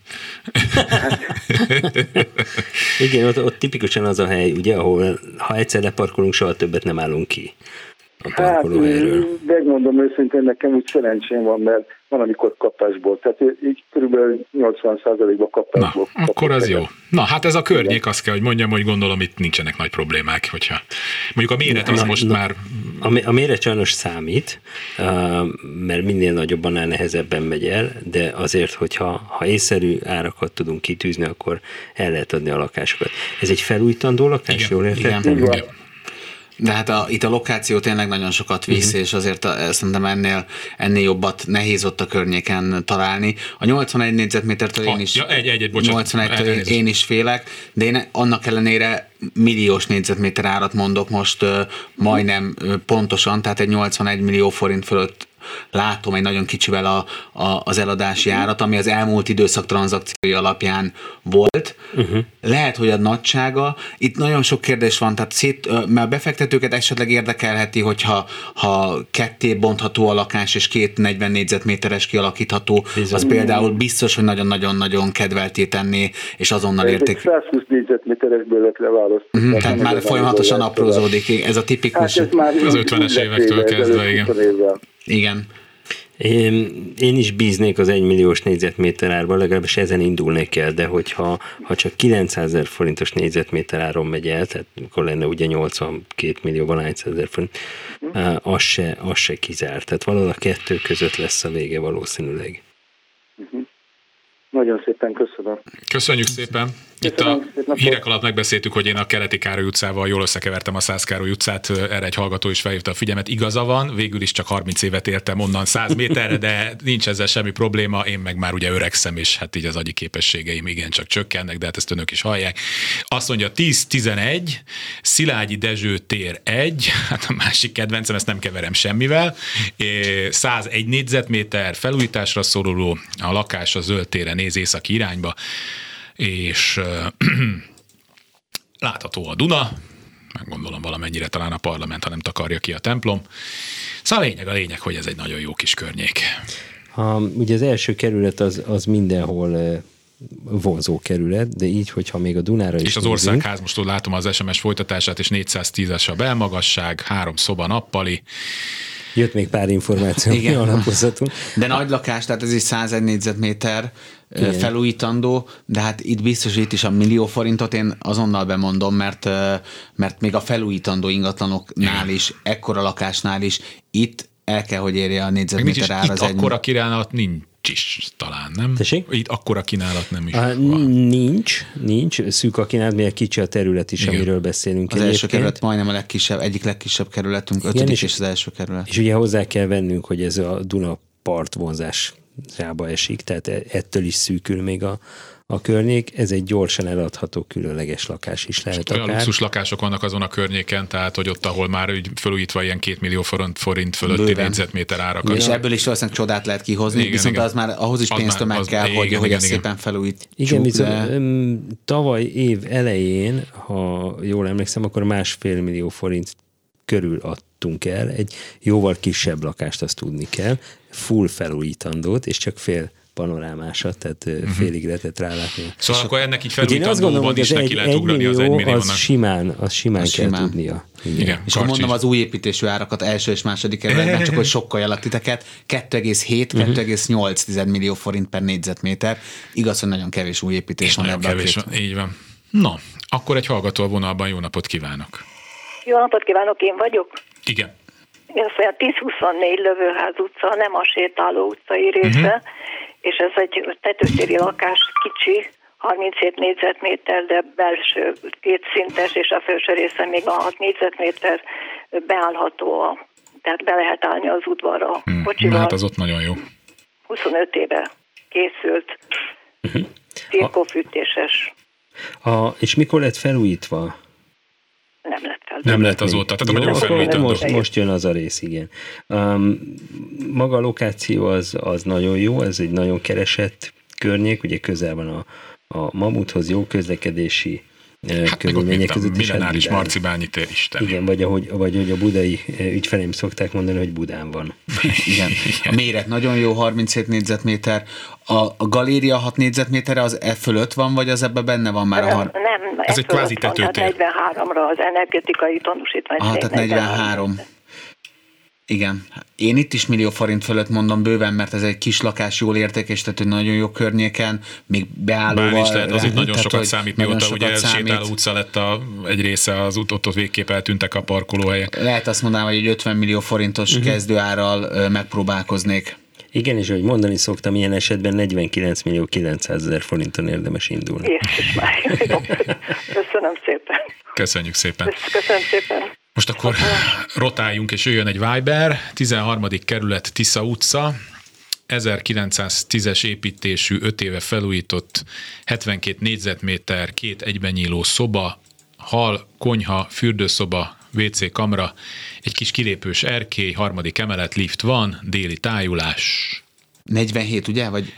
Igen, ott tipikusan az a hely, ugye, ahol ha egyszer leparkolunk, soha többet nem állunk ki a parkolóhelyről. Megmondom őszintén, nekem úgy szerencsém van, mert van, amikor kapásból. Tehát így körülbelül 80%-ban kapásból. Na, akkor az jó. Na, hát ez a környék, azt kell, hogy mondjam, hogy gondolom itt nincsenek nagy problémák, hogyha mondjuk a méret az most már... A méret sajnos számít, mert minél nagyobb, annál nehezebben megy el, de azért, hogyha észszerű árakat tudunk kitűzni, akkor el lehet adni a lakásokat. Ez egy felújítandó lakás, jól értettem? Igen. De hát itt a lokáció tényleg nagyon sokat visz, és azért szerintem ennél jobbat nehéz ott a környéken találni. A 81 négyzetmétertől én is, 81-től én is félek, de én annak ellenére milliós négyzetméter árat mondok most majdnem pontosan, tehát egy 81 millió forint fölött látom egy nagyon kicsivel az eladási árat, ami az elmúlt időszak tranzakciói alapján volt. Lehet, hogy a nagysága, itt nagyon sok kérdés van, tehát mert a befektetőket esetleg érdekelheti, hogyha ketté bontható a lakás, és 240 négyzetméteres kialakítható, az például biztos, hogy nagyon-nagyon-nagyon kedvelté tenné, és azonnal érték. 120 négyzetméteresből lett leválasztva. Tehát már folyamatosan aprózódik, ez a tipikus. Hát az 50-es évektől kezdve, igen. Igen. Én is bíznék az 1 milliós négyzetméter árban, legalábbis ezen indulnék el, de hogyha csak 900 000 forintos négyzetméter áron megy el, tehát akkor lenne ugye 82 millió valány ezer forint, az se kizárt. Tehát valahol a kettő között lesz a vége valószínűleg. Nagyon szépen köszönöm. Köszönjük szépen. Itt a hírek alatt megbeszéltük, hogy én a Keleti Károly utcával jól összekevertem a Szász Károly utcát, erre egy hallgató is felhívta a figyelmet. Igaza van, végül is csak 30 évet éltem onnan 100 méterre, de nincs ezzel semmi probléma, én meg már ugye öregszem, és hát így az agyi képességeim igencsak csökkennek, de hát ezt önök is hallják. Azt mondja 10-11, Szilágyi Dezső tér 1, hát a másik kedvencem, ezt nem keverem semmivel, 101 négyzetméter, felújításra szoruló, a lakás a Zöld téren néz északi irányba, és látható a Duna, meg gondolom valamennyire talán a parlament, ha nem takarja ki a templom. Szóval a lényeg, hogy ez egy nagyon jó kis környék. Ugye az első kerület az mindenhol vonzó kerület, de így, hogyha még a Dunára is és az Országház, most látom az SMS folytatását, és 410-es a belmagasság, 3 szoba nappali. Jött még pár információ, ami alapozhatunk. De nagy lakás, tehát ez is 101 négyzetméter, felújítandó, de hát itt biztos, itt is a 1 millió forintot én azonnal bemondom, mert még a felújítandó ingatlanoknál is, ekkora lakásnál is, itt el kell, hogy érje a négyzetméter ár az egy. Akkora kínálat nincs is talán, nem? Tessék? Itt akkora kínálat nem is Nincs. Szűk a kínálat, miért kicsi a terület is, igen, amiről beszélünk. Az első kerület majdnem a egyik legkisebb kerületünk, 5. és az első kerület. És ugye hozzá kell vennünk, hogy ez a Duna part vonzásába esik, tehát ettől is szűkül még a környék, ez egy gyorsan eladható különleges lakás is lehet olyan akár. luxus lakások vannak azon a környéken, tehát hogy ott, ahol már felújítva ilyen 2 millió forint fölötti négyzetméter árakat. És ebből is valószínűleg csodát lehet kihozni, igen, viszont igen. Az már ahhoz is pénztömeg kell, hogy ezt szépen felújítsuk. Igen, viszont tavaly év elején, ha jól emlékszem, akkor 1,5 millió forint körül adtunk el egy jóval kisebb lakást, azt tudni kell, full felújítandót, és csak fél panorámásat, tehát félig lehetett rálátni. Szóval akkor ennek így felújítandóban is neki lehet ugrani az 1 milliónak. Az simán kell tudnia. Igen, és akkor mondom az új építésű árakat első és második kerületben, csak hogy sokkoljalak titeket, 2,7-2,8 millió forint per négyzetméter. Igaz, hogy nagyon kevés új építés van ebben. Így van. Na, akkor egy hallgató a vonalban, jó napot kívánok! Jó napot kívánok, én vagyok. Igen. Ez a 1024 Lövőház utca, nem a sétáló utcai része, és ez egy tetőtéri lakás, kicsi, 37 négyzetméter, de belső kétszintes, és a felső része még a 6 négyzetméter beállható, tehát be lehet állni az udvarra kocsival. Hát az ott nagyon jó. 25 éve készült, cirkófűtéses. És mikor lett felújítva? Nem lett azóta, tehát a magyarul felújítandó. Most jön az a rész, igen. Maga a lokáció az nagyon jó, ez egy nagyon keresett környék, ugye közel van a Mamuthoz, jó közlekedési körülmények között. Millenáris Marcibányi tér Isten. Igen, vagy hogy a budai ügyfeleim szokták mondani, hogy Budán van. Igen. A méret nagyon jó, 37 négyzetméter. A galéria 6 négyzetméterre az e fölött van, vagy az ebben benne van már? Nem, ez egy kvázi tetőtér. 43-ra az energetikai tanúsítvány. Tehát 43. Igen. Én itt is 1 millió forint fölött mondom bőven, mert ez egy kis lakás, jól értékesíthető, nagyon jó környéken, még beállóval. Bár is lehet, az itt nagyon sokat számít, mióta ugye ez sétáló utca lett egy része, az ott végképp eltűntek a parkolóhelyek. Lehet azt mondanám, hogy egy 50 millió forintos kezdőárral megpróbálkoznék. Igen, és ahogy mondani szoktam, ilyen esetben 49.900.000 forinton érdemes indulni. Jézus már, jó. Köszönöm szépen. Köszönjük szépen. Köszönöm szépen. Most akkor rotáljunk, és jöjjön egy Viber, 13. kerület Tisza utca, 1910-es építésű, 5 éve felújított, 72 négyzetméter, 2 egyben nyíló szoba, hal, konyha, fürdőszoba, WC kamra, egy kis kilépős erkély, 3. emelet, lift van, déli tájulás. 47, ugye? Vagy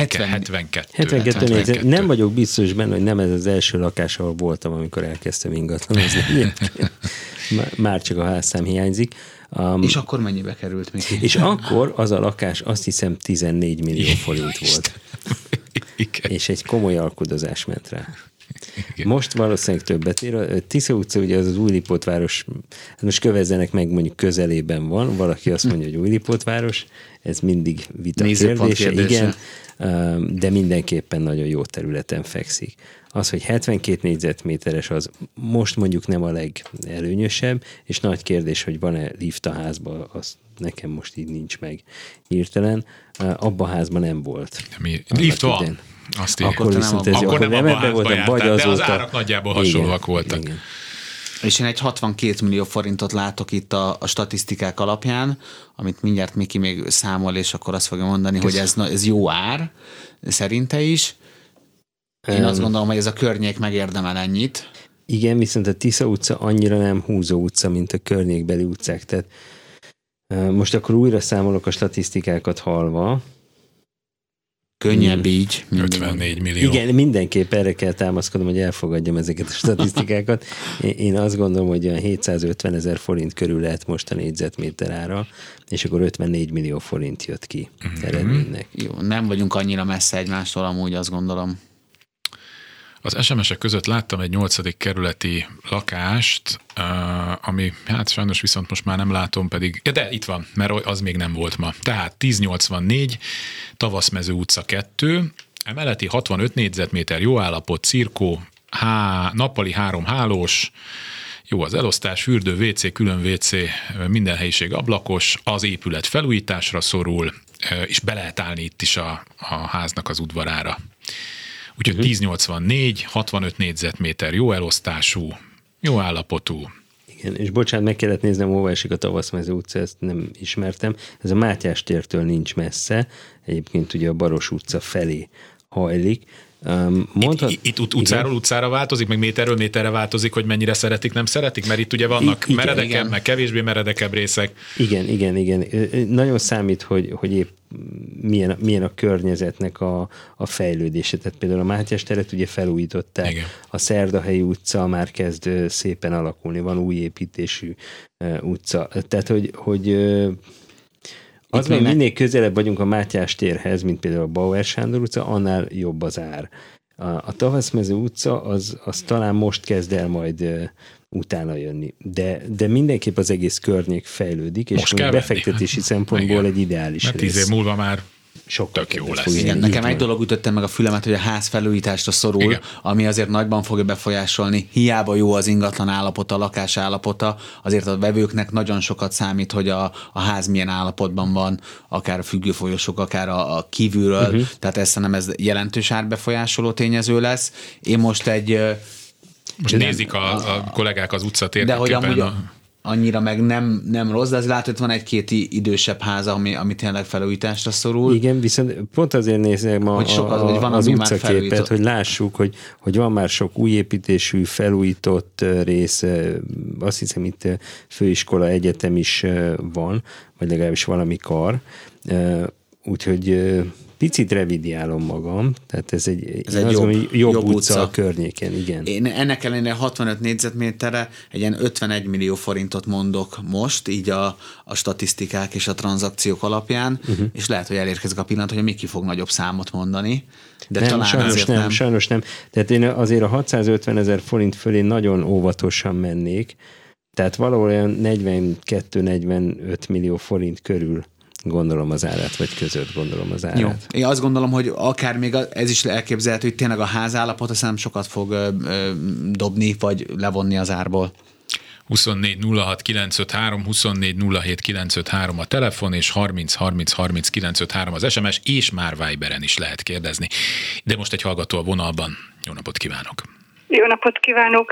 72. Nem vagyok biztos benne, hogy nem ez az első lakás, ahol voltam, amikor elkezdtem ingatlanozni. Már csak a házszám hiányzik. És akkor mennyibe került még? És akkor az a lakás, azt hiszem, 14 millió forint volt. Igen. És egy komoly alkudozás ment rá. Igen. Most valószínűleg többet ér. Tisza utca, ugye az Újlipótváros, most kövezzenek meg, mondjuk közelében van, valaki azt mondja, hogy Újlipótváros, ez mindig vita kérdése, igen, de mindenképpen nagyon jó területen fekszik. Az, hogy 72 négyzetméteres, az most mondjuk nem a legelőnyösebb, és nagy kérdés, hogy van-e lift a házban, az nekem most így nincs meg hirtelen. Abban a házban nem volt. Lift van. Akkor viszont ez jó, akkor nem ebben voltam, vagy azóta. De az árak nagyjából hasonlóak voltak. Igen. És én egy 62 millió forintot látok itt a statisztikák alapján, amit mindjárt Miki még számol, és akkor azt fogja mondani, hogy ez jó ár, szerinte is. Én azt gondolom, hogy ez a környék megérdemel ennyit. Igen, viszont a Tisza utca annyira nem húzó utca, mint a környékbeli utcák. Tehát most akkor újra számolok a statisztikákat hallva. Könnyebb így. 54 millió. Igen, mindenképp erre kell támaszkodnom, hogy elfogadjam ezeket a statisztikákat. Én azt gondolom, hogy olyan 750 000 forint körül lehet most a négyzetméter ára, és akkor 54 millió forint jött ki eredménynek. Jó, nem vagyunk annyira messze egymástól, amúgy azt gondolom. Az SMS-ek között láttam egy 8. kerületi lakást, ami hát sajnos viszont most már nem látom, pedig, de itt van, mert az még nem volt ma. Tehát 1084, Tavaszmező utca 2, emeleti, 65 négyzetméter, jó állapot, cirkó, nappali 3 hálós, jó az elosztás, fürdő, WC, külön WC, minden helyiség ablakos, az épület felújításra szorul, és be lehet állni itt is a háznak az udvarára. Úgyhogy 1084, 65 négyzetméter, jó elosztású, jó állapotú. Igen, és bocsánat, meg kellett néznem, hova esik a Tavaszmező utca, ezt nem ismertem. Ez a Mátyás tértől nincs messze, egyébként ugye a Baros utca felé hajlik. Itt utcáról utcára változik, meg méterről méterre változik, hogy mennyire szeretik, nem szeretik, mert itt ugye vannak meredekebb, meg kevésbé meredekebb részek. Igen. Nagyon számít, hogy épp milyen a környezetnek a fejlődése. Tehát például a Mátyás teret ugye felújították, igen. A Szerdahelyi utca már kezd szépen alakulni, van új építésű utca. Tehát, hogy az meg minél közelebb vagyunk a Mátyás térhez, mint például a Bauer Sándor utca, annál jobb az ár. A Tavaszmező utca az talán most kezd el majd utána jönni. De mindenképp az egész környék fejlődik, és befektetési szempontból egy ideális rész. 10 év múlva már sokkal tök jó lesz. Igen, nekem egy dolog ütötte meg a fülemet, hogy a ház felújításra szorul, igen. Ami azért nagyban fogja befolyásolni. Hiába jó az ingatlan állapota, a lakás állapota, azért a vevőknek nagyon sokat számít, hogy a ház milyen állapotban van, akár a függőfolyosok, akár a kívülről, tehát ezt nem ez jelentős árbefolyásoló tényező lesz. Én most nézik a kollégák az utcatérképpen. Annyira meg nem rossz, de az látod, hogy van egy-két idősebb háza, ami tényleg felújításra szorul. Igen, viszont pont azért nézem az utcaképet, hogy lássuk, hogy van már sok új építésű, felújított rész, azt hiszem itt főiskola, egyetem is van, vagy legalábbis valami kar, úgyhogy picit revidiálom magam, tehát ez egy jobb utca a környéken, igen. Én ennek ellenére 65 négyzetméterre egy ilyen 51 millió forintot mondok most, így a statisztikák és a tranzakciók alapján, és lehet, hogy elérkezik a pillanat, hogy Miki fog nagyobb számot mondani, de nem, talán sajnos nem. Tehát én azért a 650 000 forint fölé nagyon óvatosan mennék, tehát valahol olyan 42-45 millió forint körül gondolom az árát, vagy között gondolom az árát. Jó. Én azt gondolom, hogy akár még ez is elképzelhető, hogy tényleg a házállapot, azt nem sokat fog dobni, vagy levonni az árból. 24 06 953, 24 07 953 a telefon, és 30 30 30 953 az SMS, és már Viberen is lehet kérdezni. De most egy hallgató a vonalban. Jó napot kívánok! Jó napot kívánok!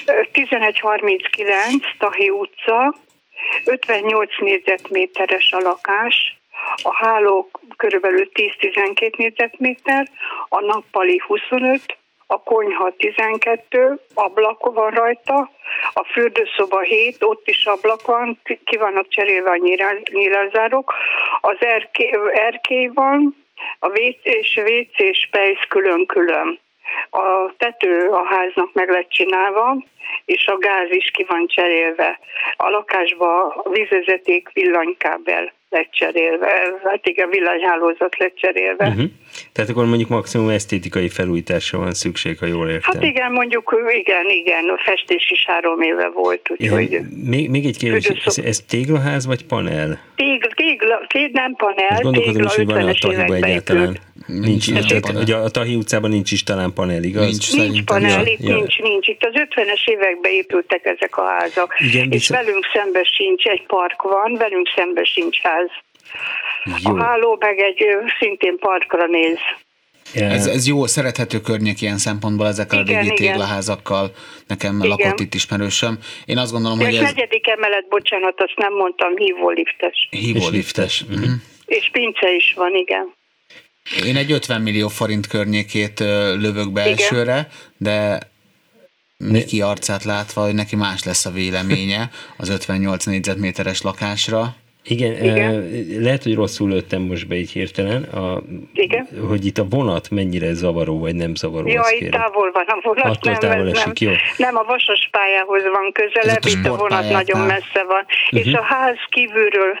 1139 Tahi utca, 58 négyzetméteres a lakás, a háló körülbelül 10-12 négyzetméter, a nappali 25, a konyha 12, ablak van rajta, a fürdőszoba 7, ott is ablak van, ki vannak cserélve a nyílászárok, az erkély van, a WC és pejsz külön-külön. A tető a háznak meg lett csinálva, és a gáz is ki van cserélve. A lakásba a vízvezeték, villanykábel lett cserélve, hát igen, villanyhálózat lett cserélve. Tehát akkor mondjuk maximum esztétikai felújításra van szükség, ha jól értem. Hát igen, mondjuk igen, a festés is 3 éve volt. Úgyhogy még egy kérdés, ez téglaház vagy panel? Tégla, nem panel, tégla, hogy van a Tahiba egyáltalán. Nincs, ugye a Tahi utcában nincs is talán panel, igaz? Nincs panel, itt nincs. Itt az 50-es években épültek ezek a házak. Igen, és velünk szemben sincs, egy park van, velünk szemben sincs ház. Jó. A háló meg egy szintén parkra néz. Ez jó, szerethető környék ilyen szempontból ezekkel a régi téglaházakkal. Nekem lakott itt ismerősöm. Én azt gondolom, hogy ez... 4. emelet, bocsánat, azt nem mondtam, hívóliftes. Hívóliftes. És pince is van, igen. Én egy 50 millió forint környékét lövök be elsőre, de Miki arcát látva, hogy neki más lesz a véleménye az 58 négyzetméteres lakásra. Igen, lehet, hogy rosszul lőttem most be így hirtelen, hogy itt a vonat mennyire zavaró, vagy nem zavaró. Jaj, távol van a vonat. Attól távol esik, jó. Nem, a vasas pályához van közelebb, itt a vonat nagyon messze van. És a ház kívülről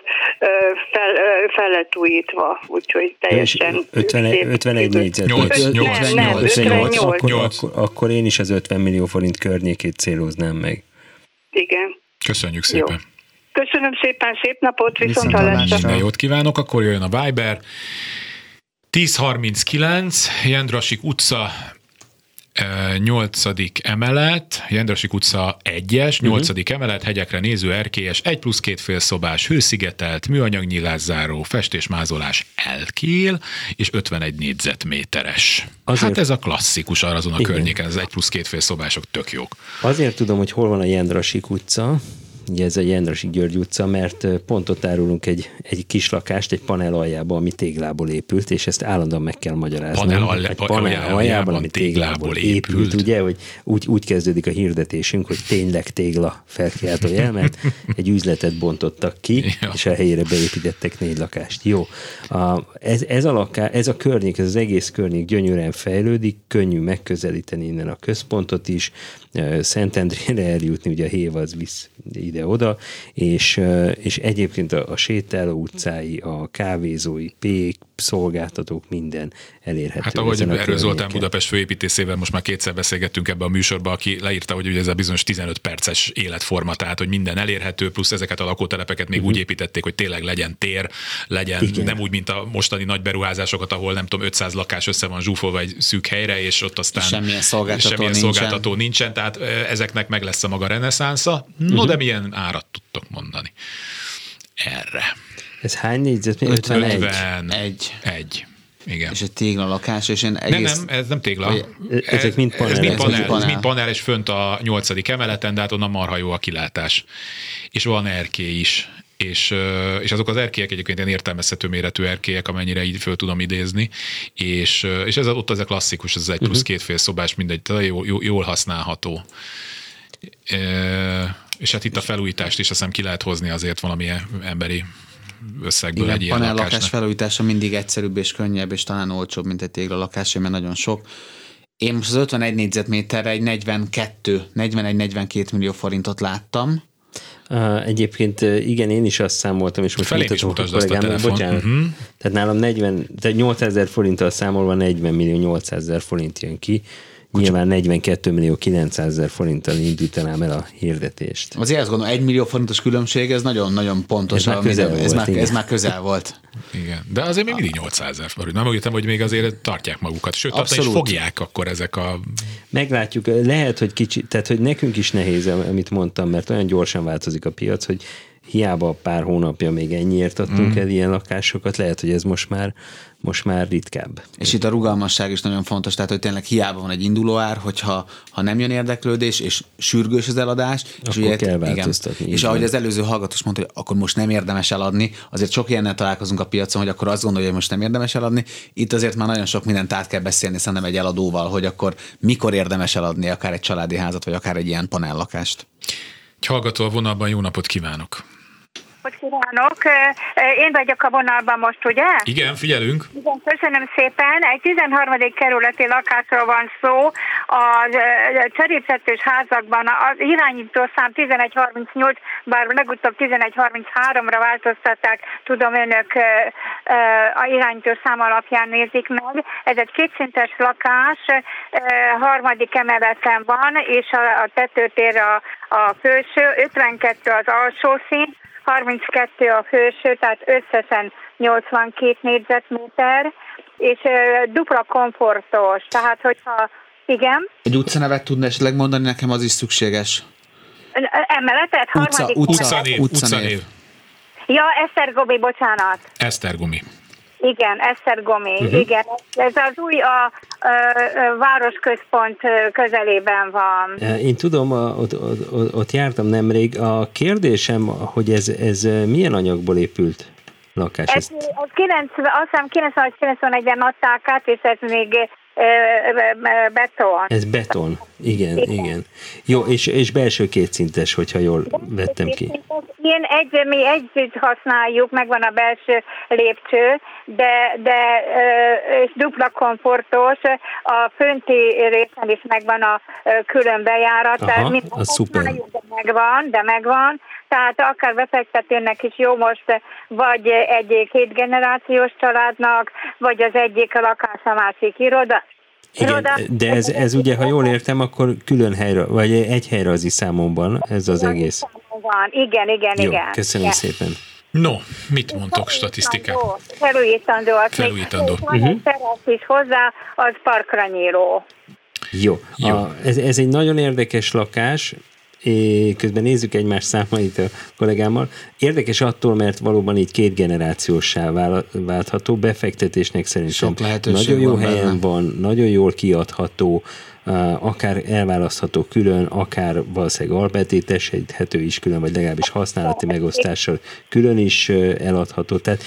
fel lett újítva, úgyhogy teljesen 51 négyzetméter. 58. Akkor én is az 50 millió forint környékét céloznám meg. Igen. Köszönjük szépen. Jó. Köszönöm szépen, szép napot, viszonthallásra. Minden jót kívánok, akkor jöjjön a Viber. 1039, Jendrassik utca, 8. emelet, Jendrassik utca 1-es, 8. emelet, hegyekre néző erkélyes, 1+2 félszobás, hőszigetelt, műanyag nyilászáró, festésmázolás elkél, és 51 négyzetméteres. Hát ez a klasszikus arra azon a környéken, ez 1+2 félszobások tök jók. Azért tudom, hogy hol van a Jendrassik utca, ugye ez a Jendrassik György utca, mert pont ott árulunk egy kis lakást egy panel aljába, ami téglából épült, és ezt állandóan meg kell magyarázni. Panel aljában, ami téglából épült, ugye, hogy úgy kezdődik a hirdetésünk, hogy tényleg tégla felkiáltó jel, mert egy üzletet bontottak ki, és a helyére beépítettek 4 lakást. Jó. Ez a környék, ez az egész környék gyönyörűen fejlődik, könnyű megközelíteni innen a központot is, Szentendrére eljutni, ugye a hév az visz ide-oda, és egyébként a sétáló utcái, a kávézói, pék, szolgáltatók, minden elérhető. Hát ahogy erről Zoltán Budapest főépítészével most már 2-szer beszélgettünk ebbe a műsorba, aki leírta, hogy ugye ez a bizonyos 15 perces életforma, tehát hogy minden elérhető, plusz ezeket a lakótelepeket még úgy építették, hogy tényleg legyen tér, legyen nem úgy, mint a mostani nagy beruházásokat, ahol nem tudom, 500 lakás össze van zsúfolva egy szűk helyre, és ott aztán semmilyen szolgáltató nincsen, tehát ezeknek meg lesz a maga reneszánsza. No, de milyen árat tudtok mondani erre? Ez hány négyzetméter? 51. Igen. És egy tégla lakás, és én egész... Nem, ez nem tégla. Ezek mind panel. Ez mind panel, és fönt a 8. emeleten, de hát onnan marha jó a kilátás. És van erkély is. És azok az erkélyek egyébként ilyen értelmezhető méretű erkélyek, amennyire így föl tudom idézni, és ez ott az a klasszikus, ez 1+2 félszobás, mindegy, jól használható. És hát itt a felújítást is azt hiszem ki lehet hozni azért valamilyen emberi összegből. Igen, egy ilyen lakásnak. Panellakás felújítása mindig egyszerűbb és könnyebb, és talán olcsóbb, mint egy téglalakás, mert nagyon sok. Én most az 51 négyzetméterre egy 41-42 millió forintot láttam. Egyébként igen, én is azt számoltam, és most mutatom a kollégámnak, bocsánat. Tehát nálam 800 000 forinttal számolva 40 millió 800 000 forint jön ki. Nyilván 42 millió 900 000 forinttal indítanám el a hirdetést. Azért azt gondolom, 1 millió forintos különbség, ez nagyon-nagyon pontos. Ez már közel volt. Igen, de azért még mindig 800 000 forint. Nem értem, hogy még azért tartják magukat. Sőt, aztán is fogják akkor ezek a... Meglátjuk, lehet, hogy kicsit, tehát hogy nekünk is nehéz, amit mondtam, mert olyan gyorsan változik a piac, hogy hiába pár hónapja még ennyiért adtunk el ilyen lakásokat, lehet, hogy ez most már ritkább. És itt a rugalmasság is nagyon fontos, tehát hogy tényleg hiába van egy indulóár, hogyha nem jön érdeklődés, és sürgős az eladás, akkor és ugye, kell változtatni. Igen, és ahogy az előző hallgatós mondta, hogy akkor most nem érdemes eladni, azért sok ilyennel találkozunk a piacon, hogy akkor azt gondolja, hogy most nem érdemes eladni. Itt azért már nagyon sok mindent át kell beszélni szerintem egy eladóval, hogy akkor mikor érdemes eladni akár egy családi házat, vagy akár egy ilyen panellakást. Egy hallgató a vonalban, jó napot kívánok! Kívánok. Én vagyok a vonalban most, ugye? Igen, figyelünk. Igen, köszönöm szépen. Egy 13. kerületi lakásról van szó. A cserépzetős házakban az irányítószám 1138, bár legutóbb 1133-ra változtatták, tudom, önök a irányítószám alapján nézik meg. Ez egy kétszintes lakás, 3. emeleten van, és a tetőtér a felső, 52 az alsó szint, 32 a felső, tehát összesen 82 négyzetméter, és dupla komfortos, tehát hogyha, igen. Egy utcanevet tudna esetleg mondani nekem, az is szükséges. Emeletet? Utcanév. Ja, Esztergomi, bocsánat. Esztergomi. Igen, Esztergomi, igen. Ez az új a városközpont közelében van. Én tudom, ott jártam nemrég. A kérdésem, hogy ez milyen anyagból épült lakás? Azt hiszem 90-91-ben adták át, és ez még beton. Ez beton, igen. Jó, és belső kétszintes, hogyha jól vettem ki. Mi együtt használjuk, megvan a belső lépcső, de és dupla komfortos, a fönti részen is megvan a külön bejárat. Aha, az szuper. De megvan. Tehát akár befektetőnek is jó most, vagy egy 2 generációs családnak, vagy az egyik a lakás, a másik iroda. Igen, de ez ugye, ha jól értem, akkor külön helyre, vagy egy helyre az is számomban, ez az egész. Van. Igen. Jó, köszönöm szépen. No, mit mondtok statisztikák? Felújítandó. Felújítandó. Van egy teresz is hozzá, az parkra nyíló. Jó. Ez egy nagyon érdekes lakás, közben nézzük egymás számait a kollégámmal. Érdekes attól, mert valóban így kétgenerációssá váltható, befektetésnek szerintem nagyon jó helyen van, nagyon jól kiadható, akár elválasztható külön, akár valószínűleg albetétesíthető is külön, vagy legalábbis használati megosztással külön is eladható, tehát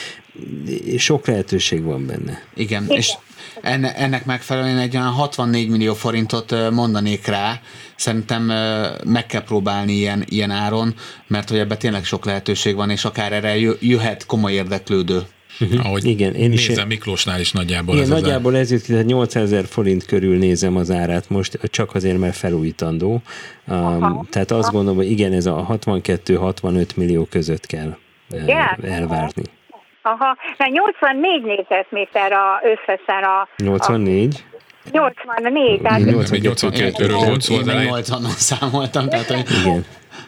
sok lehetőség van benne. Igen, és ennek megfelelően egy olyan 64 millió forintot mondanék rá, szerintem meg kell próbálni ilyen áron, mert hogy ebben tényleg sok lehetőség van, és akár erre jöhet komoly érdeklődő. Ahogy igen, én nézem, Miklósnál is nagyjából igen, nagyjából ez jött ki, tehát 800 000 forint körül nézem az árát most, csak azért, mert felújítandó. Tehát azt gondolom, hogy igen, ez a 62-65 millió között kell elvárni. Aha, mert 84 négyzetméter összesen a... 84? 84, tehát... 82-ről volt szó az elején. 80-on számoltam, tehát igen.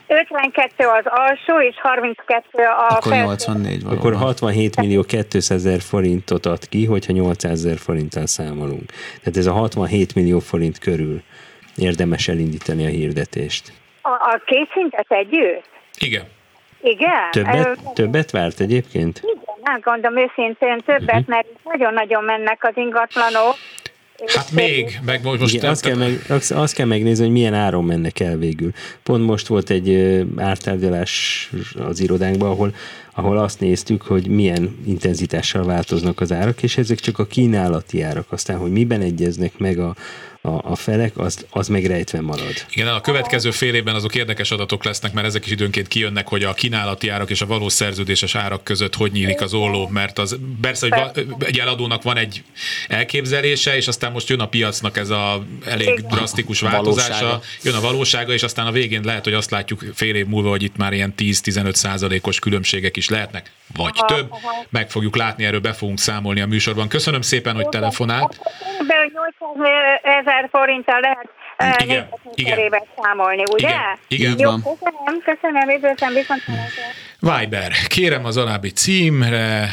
52 az alsó, és 32 a... Akkor 84 van. Akkor 67 millió 200 000 forintot ad ki, hogyha 800 000 forinttal számolunk. Tehát ez a 67 millió forint körül érdemes elindítani a hirdetést. A két szintet együtt? Igen. Igen? Többet várt egyébként? Igen, nem gondolom őszintén többet, mert nagyon-nagyon mennek az ingatlanok. Hát még, meg most igen, azt kell megnézni, hogy milyen áron mennek el végül. Pont most volt egy ártárgyalás az irodánkban, ahol azt néztük, hogy milyen intenzitással változnak az árak, és ezek csak a kínálati árak. Aztán, hogy miben egyeznek meg a felek, az meg rejtve marad. Igen, a következő fél évben azok érdekes adatok lesznek, mert ezek is időnként kijönnek, hogy a kínálati árak és a valós szerződéses árak között hogy nyílik az olló, mert az persze, hogy egy eladónak van egy elképzelése, és aztán most jön a piacnak ez a elég drasztikus változása, jön a valósága, és aztán a végén lehet, hogy azt látjuk fél év múlva, hogy itt már ilyen 10-15%-os különbségek is lehetnek, vagy több. Meg fogjuk látni, erről be fogunk számolni a műsorban. Köszönöm szépen, hogy telefonált. De 800 000 forinttal lehet négyzetméterével számolni, ugye? Igen. Jó, köszönöm, üdvözlöm, viszontlátásra. Viber, kérem az alábbi címre,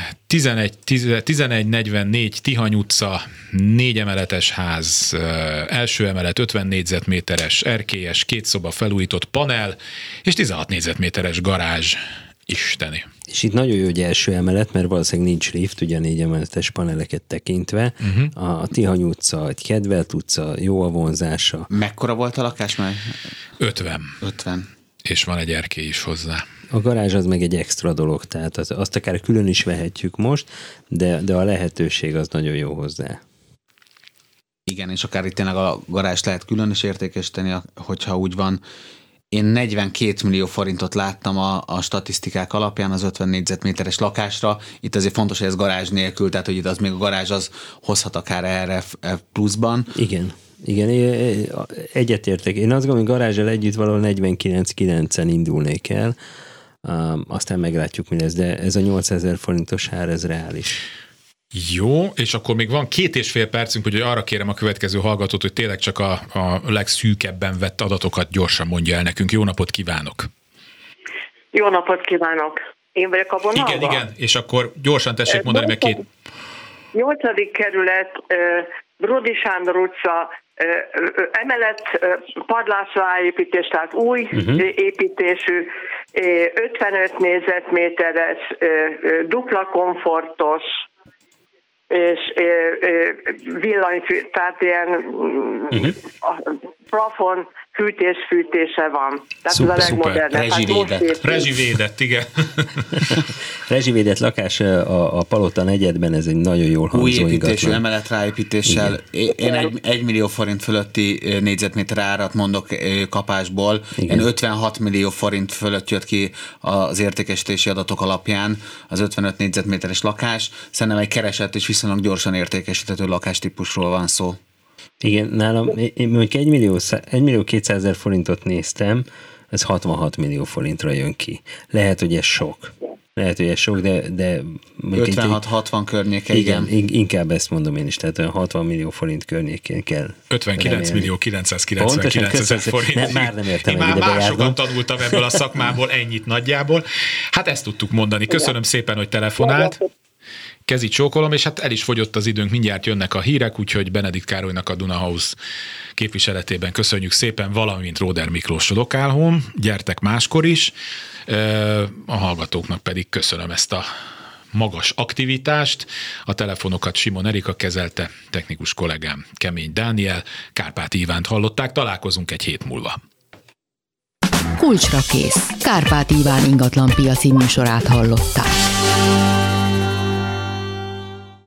1144 Tihany utca, 4 emeletes ház, első emelet 50 négyzetméteres, erkélyes, 2 szoba felújított panel, és 16 négyzetméteres garázs. Isteni. És itt nagyon jó, hogy első emelet, mert valószínűleg nincs lift, ugye 4 emeletes paneleket tekintve. A Tihany utca egy kedvelt utca, jó a vonzása. Mekkora volt a lakás már? 50. És van egy erkély is hozzá. A garázs az meg egy extra dolog, tehát azt akár külön is vehetjük most, de a lehetőség az nagyon jó hozzá. Igen, és akár itt tényleg a garázt lehet külön is értékesíteni, hogyha úgy van. Én 42 millió forintot láttam a statisztikák alapján az 50 négyzetméteres lakásra. Itt azért fontos, hogy ez garázs nélkül, tehát hogy itt az még a garázs az hozhat akár erre pluszban. Igen, egyetértek. Én azt gondolom, hogy garázsal együtt valahol 49-9-en indulnék el, aztán meglátjuk, mi lesz, de ez a 800 000 forintos ár, ez reális. Jó, és akkor még van 2,5 percünk, hogy arra kérem a következő hallgatót, hogy tényleg csak a legszűkebben vett adatokat gyorsan mondja el nekünk. Jó napot kívánok! Jó napot kívánok! Én vagyok a vonalban? Igen, és akkor gyorsan tessék mondani, meg 8. kerület, Brody Sándor utca, emelet padlásra építés, tehát új építésű, 55 négyzetméteres, dupla komfortos, és villanyfű, tehát ilyen plafon fűtése van. Tehát szuper, ez a legmodernebb. Rezsivédett, igen. Rezsivédett lakás a Palota negyedben, ez egy nagyon jól hangzó új építésű emelet ráépítéssel. Én 1 millió forint fölötti négyzetméter árat mondok kapásból. Igen. Én 56 millió forint fölött jött ki az értékesítési adatok alapján az 55 négyzetméteres lakás. Szerintem egy keresett és viszonylag gyorsan értékesíthető lakástípusról van szó. Igen, nálam mondjuk 1 millió 200 000 forintot néztem, ez 66 millió forintra jön ki. Lehet, hogy ez sok. Lehet, hogy ez sok, de 56-60 környéke, igen. Inkább ezt mondom én is, tehát olyan 60 millió forint környékén kell. 59 millió 999 ezer forint. Már nem értem. Én már másokat tanultam ebből a szakmából, ennyit nagyjából. Hát ezt tudtuk mondani. Köszönöm szépen, hogy telefonált. Kezi csókolom, és hát el is fogyott az időnk, mindjárt jönnek a hírek, úgyhogy Benedikt Károlynak a Duna House képviseletében köszönjük szépen, valamint Róder Miklós Lokálhome, gyertek máskor is, a hallgatóknak pedig köszönöm ezt a magas aktivitást, a telefonokat Simon Erika kezelte, technikus kollégám Kemény Dániel, Kárpáti Ivánt hallották, találkozunk egy hét múlva. Kulcsra kész. Kárpáti Iván ingatlanpiaci műsorát hallották.